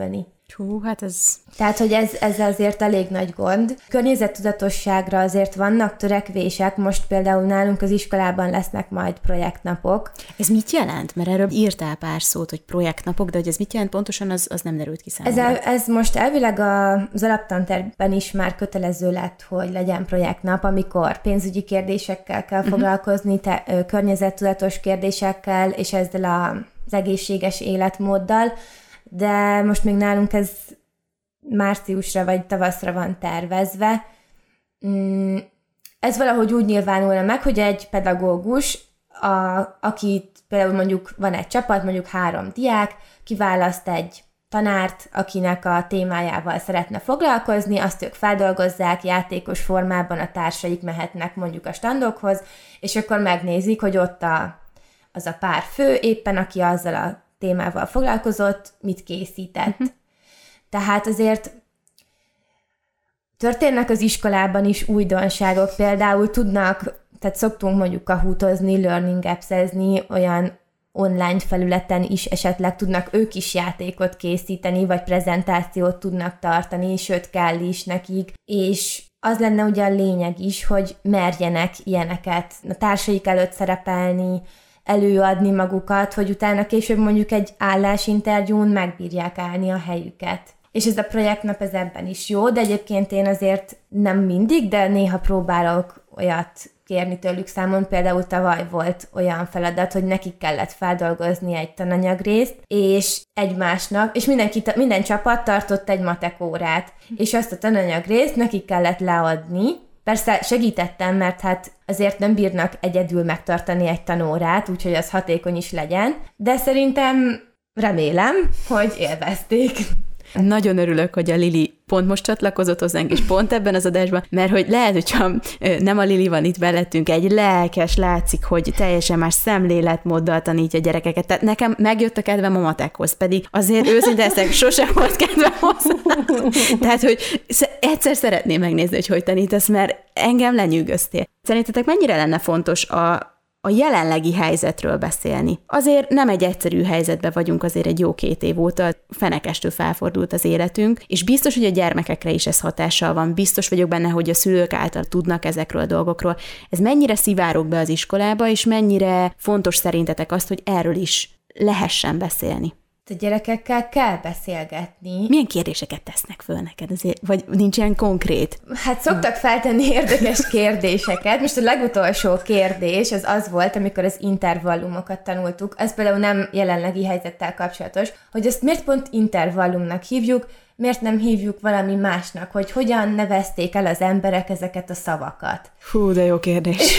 Hú, hát ez... Tehát, hogy ez, ez azért elég nagy gond. Környezettudatosságra azért vannak törekvések, most például nálunk az iskolában lesznek majd projektnapok. Ez mit jelent? Mert erről írtál pár szót, hogy projektnapok, de hogy ez mit jelent pontosan, az, az nem derült ki számomra. Ez, ez most elvileg az alaptantervben is már kötelező lett, hogy legyen projektnap, amikor pénzügyi kérdésekkel kell uh-huh. foglalkozni, te, ö, környezettudatos kérdésekkel, és ezzel a, az egészséges életmóddal, de most még nálunk ez márciusra vagy tavaszra van tervezve. Ez valahogy úgy nyilvánulna meg, hogy egy pedagógus, a, akit például mondjuk van egy csapat, mondjuk három diák, kiválaszt egy tanárt, akinek a témájával szeretne foglalkozni, azt ők feldolgozzák, játékos formában a társaik mehetnek mondjuk a standokhoz, és akkor megnézik, hogy ott a, az a pár fő éppen, aki azzal a témával foglalkozott, mit készített. Uh-huh. Tehát azért történnek az iskolában is újdonságok, például tudnak, tehát szoktunk mondjuk kahútozni, learning apps-ezni, olyan online felületen is esetleg tudnak ők is játékot készíteni, vagy prezentációt tudnak tartani, sőt kell is nekik, és az lenne ugye a lényeg is, hogy merjenek ilyeneket a társaik előtt szerepelni, előadni magukat, hogy utána később mondjuk egy állásinterjún megbírják állni a helyüket. És ez a projektnap ez ebben is jó, de egyébként én azért nem mindig, de néha próbálok olyat kérni tőlük számon. Például tavaly volt olyan feladat, hogy nekik kellett feldolgozni egy tananyagrészt, és egymásnak, és mindenki, minden csapat tartott egy matek órát, és azt a tananyagrészt nekik kellett leadni. Persze segítettem, mert hát azért nem bírnak egyedül megtartani egy tanórát, úgyhogy az hatékony is legyen, de szerintem remélem, hogy élvezték. Nagyon örülök, hogy a Lili pont most csatlakozott hozzánk, és pont ebben az adásban, mert hogy lehet, hogyha nem a Lili van itt mellettünk, egy lelkes, látszik, hogy teljesen más szemléletmóddal tanítja a gyerekeket. Tehát nekem megjött a kedvem a matekhoz, pedig azért őszintén leszek, sosem volt kedvem hozzá. Tehát, hogy egyszer szeretném megnézni, hogy hogy tanítasz, mert engem lenyűgöztél. Szerintetek mennyire lenne fontos a a jelenlegi helyzetről beszélni? Azért nem egy egyszerű helyzetben vagyunk azért egy jó két év óta, fenekestől felfordult az életünk, és biztos, hogy a gyermekekre is ez hatással van, biztos vagyok benne, hogy a szülők által tudnak ezekről a dolgokról. Ez mennyire szivárog be az iskolába, és mennyire fontos szerintetek azt, hogy erről is lehessen beszélni? A gyerekekkel kell beszélgetni. Milyen kérdéseket tesznek föl neked azért? Vagy nincs ilyen konkrét? Hát szoktak feltenni érdekes kérdéseket. Most a legutolsó kérdés az az volt, amikor az intervallumokat tanultuk. Ez például nem jelenlegi helyzettel kapcsolatos, hogy ezt miért pont intervallumnak hívjuk, miért nem hívjuk valami másnak, hogy hogyan nevezték el az emberek ezeket a szavakat. Hú, de jó kérdés.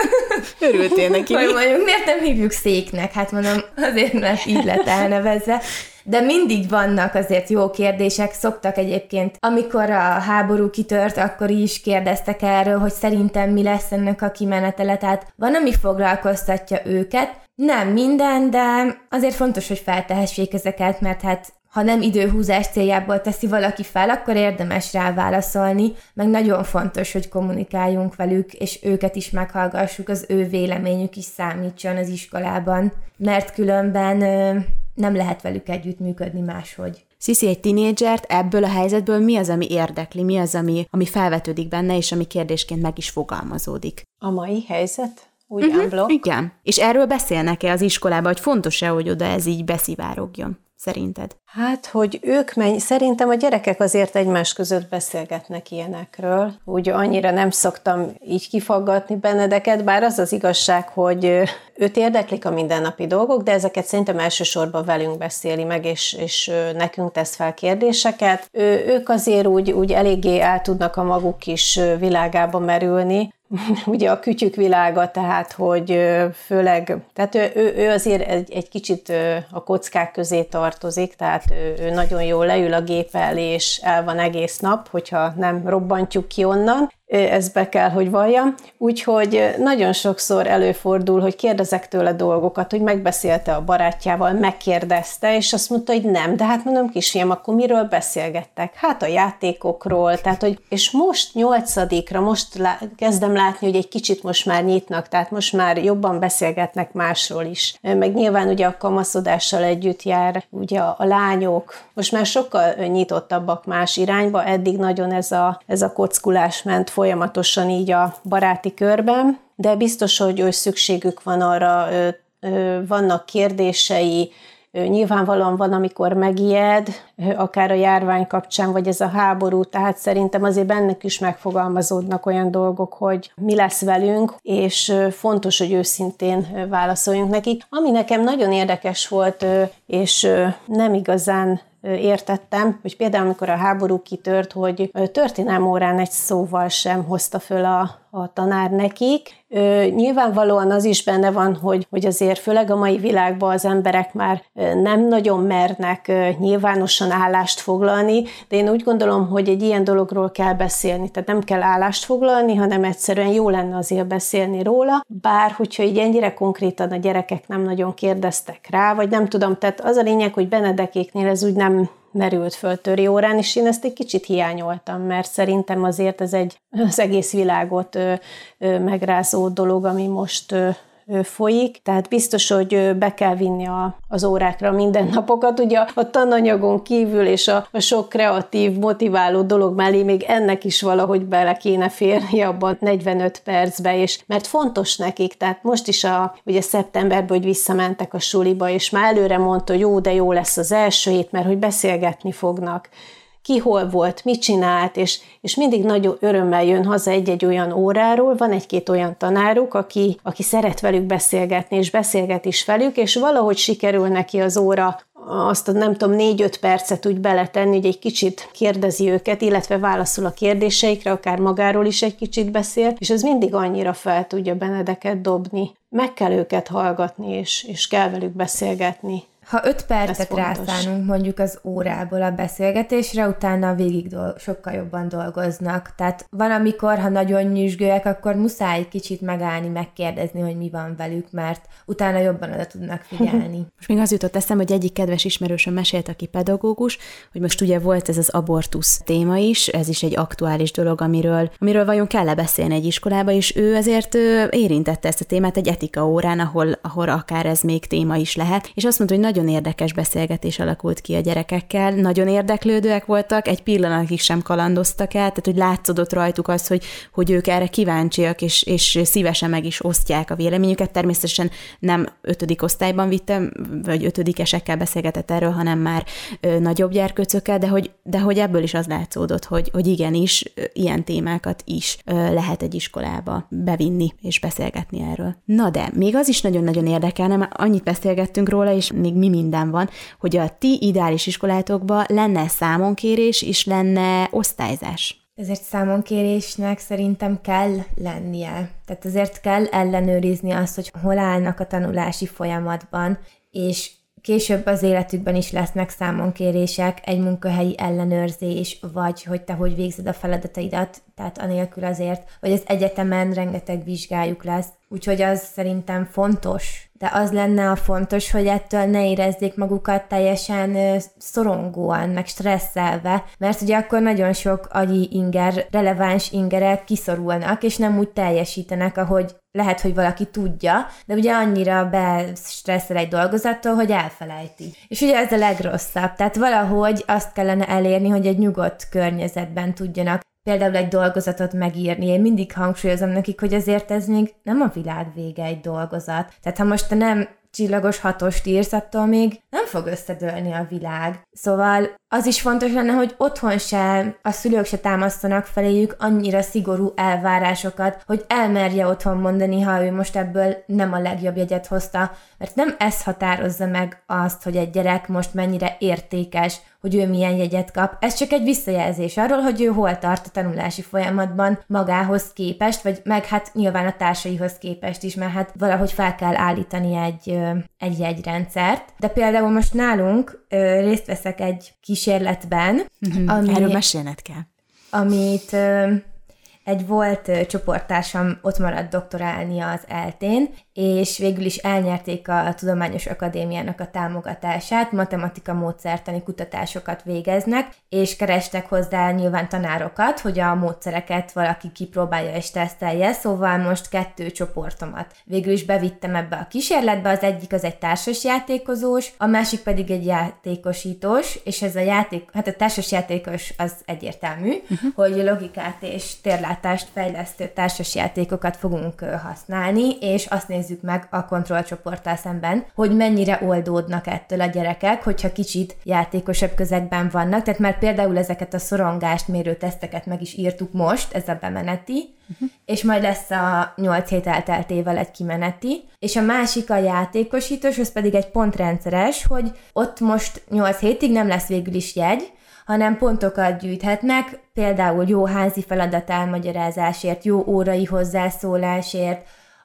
Örültél neki. Hogy mondjuk, miért nem hívjuk széknek? Hát mondom, azért, mert így lett elnevezve. De mindig vannak azért jó kérdések, szoktak egyébként, amikor a háború kitört, akkor is kérdeztek erről, hogy szerintem mi lesz ennek a kimenetele. Tehát van, ami foglalkoztatja őket, nem minden, de azért fontos, hogy feltehessék ezeket, mert hát ha nem időhúzás céljából teszi valaki fel, akkor érdemes rá válaszolni, meg nagyon fontos, hogy kommunikáljunk velük, és őket is meghallgassuk, az ő véleményük is számítson az iskolában, mert különben ö, nem lehet velük együttműködni máshogy. Sziszi, egy tinédzsert ebből a helyzetből mi az, ami érdekli, mi az, ami, ami felvetődik benne, és ami kérdésként meg is fogalmazódik? A mai helyzet? Úgy uh-huh, unblock? Igen. És erről beszélnek-e az iskolában, hogy fontos-e, hogy oda ez így beszivárogjon? Szerinted? Hát, hogy ők menj, szerintem a gyerekek azért egymás között beszélgetnek ilyenekről. Úgy annyira nem szoktam így kifaggatni Benedeket, bár az az igazság, hogy őt érdeklik a mindennapi dolgok, de ezeket szerintem elsősorban velünk beszéli meg, és, és nekünk tesz fel kérdéseket. Ő, ők azért úgy, úgy eléggé el tudnak a maguk kis világába merülni, ugye a kütyük világa, tehát, hogy főleg, tehát ő, ő, ő azért egy, egy kicsit a kockák közé tartozik, tehát ő, ő nagyon jól leül a gép elé, és el van egész nap, hogyha nem robbantjuk ki onnan, ezt be kell, hogy valljam. Úgyhogy nagyon sokszor előfordul, hogy kérdezek tőle dolgokat, hogy megbeszélte a barátjával, megkérdezte, és azt mondta, hogy nem, de hát mondom, kisfiam, akkor miről beszélgettek? Hát a játékokról, tehát, hogy, és most nyolcadikra, most lá, kezdem látni, hogy egy kicsit most már nyitnak, tehát most már jobban beszélgetnek másról is. Meg nyilván ugye a kamaszodással együtt jár, ugye a, a lányok, most már sokkal nyitottabbak más irányba, eddig nagyon ez a, ez a kockulás ment folyamatosan így a baráti körben, de biztos, hogy ő szükségük van arra, ö, ö, vannak kérdései, ö, nyilvánvalóan van, amikor megijed, ö, akár a járvány kapcsán, vagy ez a háború, tehát szerintem azért bennük is megfogalmazódnak olyan dolgok, hogy mi lesz velünk, és ö, fontos, hogy őszintén ö, válaszoljunk neki. Ami nekem nagyon érdekes volt, ö, és ö, nem igazán értettem, hogy például amikor a háború kitört, hogy történelmi órán egy szóval sem hozta föl a, a tanár nekik. Nyilvánvalóan az is benne van, hogy, hogy azért főleg a mai világban az emberek már nem nagyon mernek nyilvánosan állást foglalni, de én úgy gondolom, hogy egy ilyen dologról kell beszélni. Tehát nem kell állást foglalni, hanem egyszerűen jó lenne azért beszélni róla, bár hogyha így ennyire konkrétan a gyerekek nem nagyon kérdeztek rá, vagy nem tudom, tehát az a lényeg, hogy Benedekéknél ez úgy nem merült föl töri órán, és én ezt egy kicsit hiányoltam, mert szerintem azért ez egy az egész világot ö, ö, megrázó dolog, ami most ö, ö, folyik, tehát biztos, hogy be kell vinni a, az órákra mindennapokat, ugye a tananyagon kívül és a, a sok kreatív, motiváló dolog mellé még ennek is valahogy bele kéne férni abban negyvenöt percbe, és mert fontos nekik, tehát most is a, ugye szeptemberben, hogy visszamentek a suliba, és már előre mondta, hogy jó, de jó lesz az első hét, mert hogy beszélgetni fognak. Ki hol volt, mit csinált, és, és mindig nagyon örömmel jön haza egy-egy olyan óráról, van egy-két olyan tanáruk, aki, aki szeret velük beszélgetni, és beszélget is velük, és valahogy sikerül neki az óra azt a nem tudom, négy-öt percet úgy beletenni, hogy egy kicsit kérdezi őket, illetve válaszol a kérdéseikre, akár magáról is egy kicsit beszél, és ez mindig annyira fel tudja Benedeket dobni. Meg kell őket hallgatni, és, és kell velük beszélgetni. Ha öt percet rászánunk mondjuk az órából a beszélgetésre, utána végig dolg- sokkal jobban dolgoznak. Tehát van, amikor, ha nagyon nyüzsgőek, akkor muszáj kicsit megállni, megkérdezni, hogy mi van velük, mert utána jobban oda tudnak figyelni. Most még az jutott eszem, hogy egyik kedves ismerősöm mesélt, aki pedagógus, hogy most ugye volt ez az abortusz téma is, ez is egy aktuális dolog, amiről, amiről vajon kell beszélni egy iskolába, és ő azért érintette ezt a témát egy etika órán, ahol, ahol akár ez még téma is lehet, és azt mondta, hogy nagyon érdekes beszélgetés alakult ki a gyerekekkel, nagyon érdeklődőek voltak, egy pillanatig sem kalandoztak el, tehát hogy látszódott rajtuk az, hogy, hogy ők erre kíváncsiak, és, és szívesen meg is osztják a véleményüket. Természetesen nem ötödik osztályban vittem, vagy ötödikesekkel beszélgetett erről, hanem már ö, nagyobb gyerkőcökkel, de hogy, de hogy ebből is az látszódott, hogy, hogy igenis ö, ilyen témákat is ö, lehet egy iskolába bevinni és beszélgetni erről. Na de, még az is nagyon-nagyon érdekelne, mert annyit beszélgettünk róla, és még mi minden van, hogy a ti ideális iskolátokban lenne számonkérés és lenne osztályzás. Ezért számonkérésnek szerintem kell lennie. Tehát azért kell ellenőrizni azt, hogy hol állnak a tanulási folyamatban, és később az életükben is lesznek számonkérések, egy munkahelyi ellenőrzés, vagy hogy te hogy végzed a feladataidat, tehát anélkül azért, vagy az egyetemen rengeteg vizsgájuk lesz. Úgyhogy az szerintem fontos, de az lenne a fontos, hogy ettől ne érezzék magukat teljesen szorongóan, meg stresszelve, mert ugye akkor nagyon sok agyi inger, releváns ingerek kiszorulnak, és nem úgy teljesítenek, ahogy lehet, hogy valaki tudja, de ugye annyira bestresszel egy dolgozattól, hogy elfelejti. És ugye ez a legrosszabb, tehát valahogy azt kellene elérni, hogy egy nyugodt környezetben tudjanak például egy dolgozatot megírni. Én mindig hangsúlyozom nekik, hogy azért ez még nem a világ vége egy dolgozat. Tehát ha most te nem csillagos hatost írsz, attól még nem fog összedőlni a világ. Szóval az is fontos lenne, hogy otthon se, a szülők se támasztanak feléjük annyira szigorú elvárásokat, hogy elmerje otthon mondani, ha ő most ebből nem a legjobb jegyet hozta, mert nem ez határozza meg azt, hogy egy gyerek most mennyire értékes, hogy ő milyen jegyet kap. Ez csak egy visszajelzés arról, hogy ő hol tart a tanulási folyamatban magához képest, vagy meg hát nyilván a társaihoz képest is, mert hát valahogy fel kell állítani egy, egy jegyrendszert. De például most nálunk részt veszek egy kísérletben. Mm-hmm. Ami, Erről mesélned kell. Amit egy volt csoporttársam ott maradt doktorálni az eltén, és végül is elnyerték a Tudományos Akadémiának a támogatását, matematika módszertani kutatásokat végeznek, és kerestek hozzá nyilván tanárokat, hogy a módszereket valaki kipróbálja és tesztelje, szóval most kettő csoportomat végül is bevittem ebbe a kísérletbe, az egyik az egy társasjátékozós, a másik pedig egy játékosítós, és ez a játék, hát a társasjátékos az egyértelmű, uh-huh. hogy logikát és térlátást fejlesztő társasjátékokat fogunk használni, és azt nézzük meg a kontrollcsoporttal szemben, hogy mennyire oldódnak ettől a gyerekek, hogyha kicsit játékosabb közegben vannak, tehát már például ezeket a szorongást mérő teszteket meg is írtuk most, ez a bemeneti, uh-huh. és majd lesz a nyolc hét elteltével egy kimeneti, és a másik a játékosítós, az pedig egy pontrendszeres, hogy ott most nyolc hétig nem lesz végül is jegy, hanem pontokat gyűjthetnek, például jó házi feladat elmagyarázásért, jó órai hozzászólásért,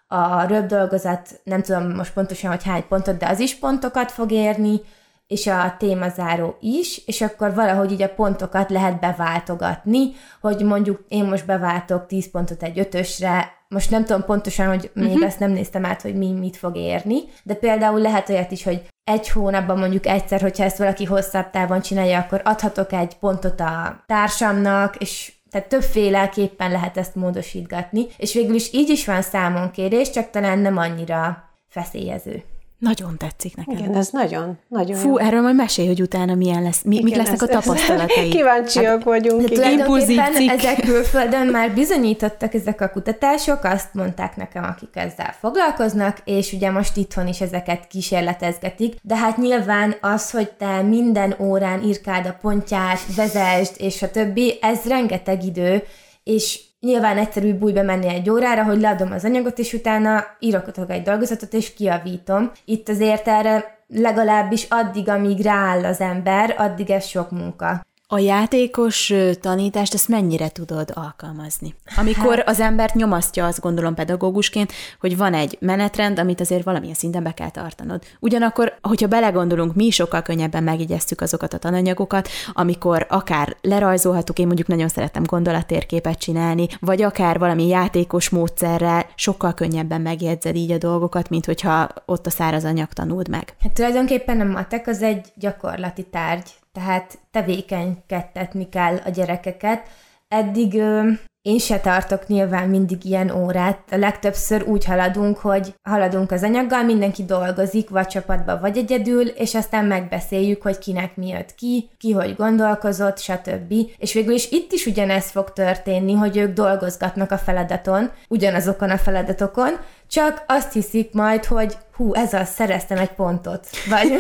a röpdolgozat, nem tudom most pontosan, hogy hány pontot, de az is pontokat fog érni, és a témazáró is, és akkor valahogy így a pontokat lehet beváltogatni, hogy mondjuk én most beváltok tíz pontot egy ötösre, most nem tudom pontosan, hogy még uh-huh. azt nem néztem át, hogy mi mit fog érni, de például lehet olyat is, hogy egy hónapban mondjuk egyszer, hogyha ezt valaki hosszabb távon csinálja, akkor adhatok egy pontot a társamnak, és tehát többféleképpen lehet ezt módosítgatni, és végül is így is van számonkérés, csak talán nem annyira feszélyező. Nagyon tetszik nekem. Igen, ez nagyon, nagyon Fú, jó. Erről majd mesélj, hogy utána milyen lesz, mi, igen, mik lesznek ez, a tapasztalatai. Kíváncsiak hát, vagyunk. De tulajdonképpen ezek külföldön már bizonyítottak ezek a kutatások, azt mondták nekem, akik ezzel foglalkoznak, és ugye most itthon is ezeket kísérletezgetik, de hát nyilván az, hogy te minden órán írkáld a pontját, vezesd, és a többi, ez rengeteg idő, és nyilván egyszerű bújj bemenni egy órára, hogy leadom az anyagot, és utána írok egy dolgozatot, és kiavítom. Itt azért erre legalábbis addig, amíg rááll az ember, addig ez sok munka. A játékos tanítást ezt mennyire tudod alkalmazni? Amikor hát. az embert nyomasztja, azt gondolom pedagógusként, hogy van egy menetrend, amit azért valamilyen szinten be kell tartanod. Ugyanakkor, hogyha belegondolunk, mi sokkal könnyebben megjegyeztük azokat a tananyagokat, amikor akár lerajzolhatuk, én mondjuk nagyon szeretem gondolattérképet csinálni, vagy akár valami játékos módszerrel sokkal könnyebben megjegyzed így a dolgokat, mint hogyha ott a száraz anyag tanuld meg. Hát tulajdonképpen a matek az egy gyakorlati tárgy, tehát tevékenykedtetni kell a gyerekeket. Eddig ö, én se tartok nyilván mindig ilyen órát. A legtöbbször úgy haladunk, hogy haladunk az anyaggal, mindenki dolgozik, vagy csapatban, vagy egyedül, és aztán megbeszéljük, hogy kinek mi jött ki, ki hogy gondolkozott, stb. És végül is itt is ugyanez fog történni, hogy ők dolgozgatnak a feladaton, ugyanazokon a feladatokon, csak azt hiszik majd, hogy hú, ez az, szereztem egy pontot. Vagy...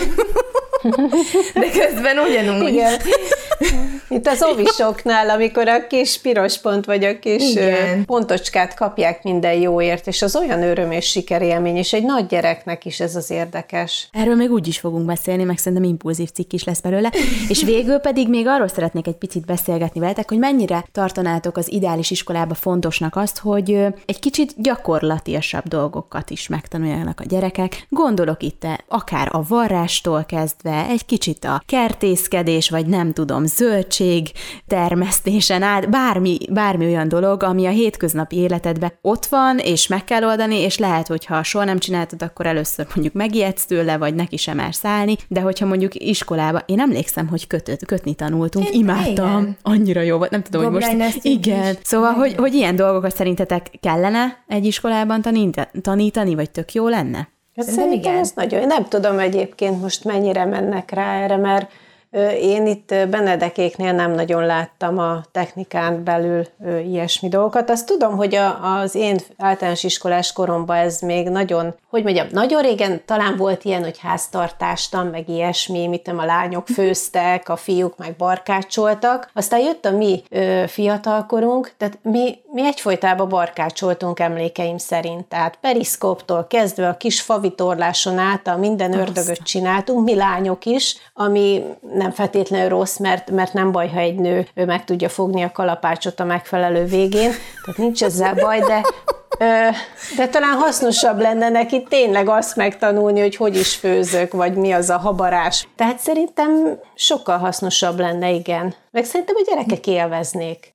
De közben ugyanúgy. Igen. Itt az óvisoknál, amikor a kis piros pont vagy a kis igen. pontocskát kapják minden jóért, és az olyan öröm és sikerélmény, és egy nagy gyereknek is ez az érdekes. Erről még úgy is fogunk beszélni, meg szerintem impulzív cikk is lesz belőle, és végül pedig még arról szeretnék egy picit beszélgetni veletek, hogy mennyire tartanátok az ideális iskolába fontosnak azt, hogy egy kicsit gyakorlatiasabb dolgokat is megtanuljanak a gyerekek. Gondolok itt akár a varrástól kezdve, egy kicsit a kertészkedés, vagy nem tudom, zöldség termesztésen át, bármi, bármi olyan dolog, ami a hétköznapi életedben ott van, és meg kell oldani, és lehet, hogyha soha nem csináltad, akkor először mondjuk megijedsz tőle, vagy neki sem mersz állni, de hogyha mondjuk iskolába, én emlékszem, hogy kötött, kötni tanultunk, én, imádtam, igen. Annyira jó volt, nem tudom, Goblin hogy most, igen, is. Szóval, hogy, hogy ilyen dolgokat szerintetek kellene egy iskolában tanítani, vagy tök jó lenne? Hát szerintem ez nagyon, nem tudom egyébként most mennyire mennek rá erre, mert én itt Benedekéknél nem nagyon láttam a technikán belül ilyesmi dolgokat. Azt tudom, hogy a, az én általános iskolás koromban ez még nagyon, hogy mondjam, nagyon régen talán volt ilyen, hogy háztartástan, meg ilyesmi, mit tudom, a lányok főztek, a fiúk meg barkácsoltak. Aztán jött a mi ö, fiatalkorunk, tehát mi, mi egyfolytában barkácsoltunk emlékeim szerint. Tehát periszkóptól kezdve a kis favitorláson át a minden ördögöt csináltunk, mi lányok is, ami nem feltétlenül rossz, mert, mert nem baj, ha egy nő ő meg tudja fogni a kalapácsot a megfelelő végén, tehát nincs ezzel baj, de, de talán hasznosabb lenne neki tényleg azt megtanulni, hogy hogy is főzök, vagy mi az a habarás. Tehát szerintem sokkal hasznosabb lenne, igen. Meg szerintem a gyerekek élveznék.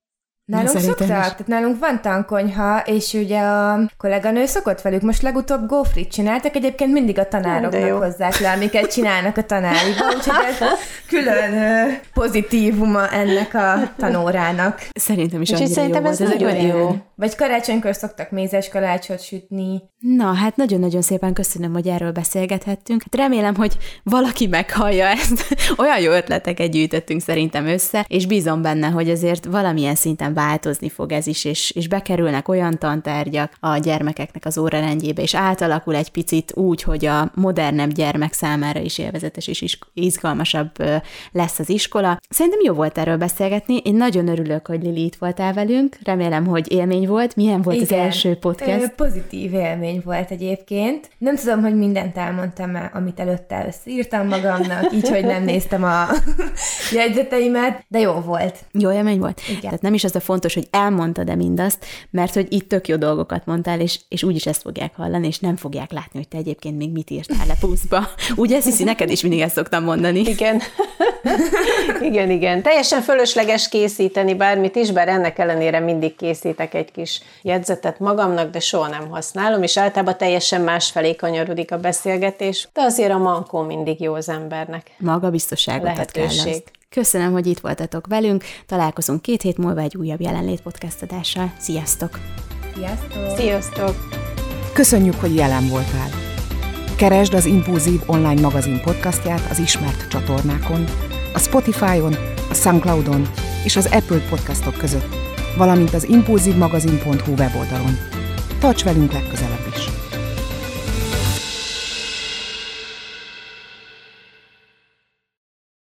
Nálunk szoktak, tehát nálunk van tankonyha, és ugye a kolléganő szokott velük. Most legutóbb gófrit csináltak, egyébként mindig a tanároknak hozzák le, amiket csinálnak a tanáriba, úgyhogy ez külön pozitívuma ennek a tanórának. Szerintem is annyira szerintem jó ez volt. Ez nagyon jó. jó. Vagy karácsonykor szoktak mézes kalácsot sütni. Na, hát nagyon-nagyon szépen köszönöm, hogy erről beszélgethettünk. Remélem, hogy valaki meghallja ezt. Olyan jó ötleteket gyűjtöttünk szerintem össze, és bízom benne, hogy azért valamilyen szinten változni fog ez is, és, és bekerülnek olyan tantárgyak a gyermekeknek az órarendjébe, és átalakul egy picit úgy, hogy a modernebb gyermek számára is élvezetes és izgalmasabb lesz az iskola. Szerintem jó volt erről beszélgetni. Én nagyon örülök, hogy Lili itt voltál velünk. Remélem, hogy élmény volt. Milyen volt Igen. az első podcast? Ö, pozitív élmény volt egyébként. Nem tudom, hogy mindent elmondtam, amit előtte összírtam magamnak, így, hogy nem néztem a jegyzeteimet, de jó volt. Jó élmény volt? Igen. Tehát nem is az a fontos, hogy elmondtad-e mindazt, mert hogy itt tök jó dolgokat mondtál, és, és úgyis ezt fogják hallani, és nem fogják látni, hogy te egyébként még mit írtál le puszba. Ugye, Sziszi, neked is mindig ezt szoktam mondani. Igen. igen, igen. Teljesen fölösleges készíteni bármit is, bár ennek ellenére mindig készítek egy kis jegyzetet magamnak, de soha nem használom, és általában teljesen másfelé kanyarodik a beszélgetés, de azért a mankó mindig jó az embernek. Magabiztosságot ad kell azt. Köszönöm, hogy itt voltatok velünk, találkozunk két hét múlva egy újabb Jelenlét podcast adással. Sziasztok! Sziasztok! Sziasztok! Köszönjük, hogy jelen voltál! Keresd az Impulzív online magazin podcastját az ismert csatornákon, a Spotify-on, a SoundCloud-on és az Apple podcastok között, valamint az impulzívmagazin pont hu weboldalon. Tarts velünk legközelebb is!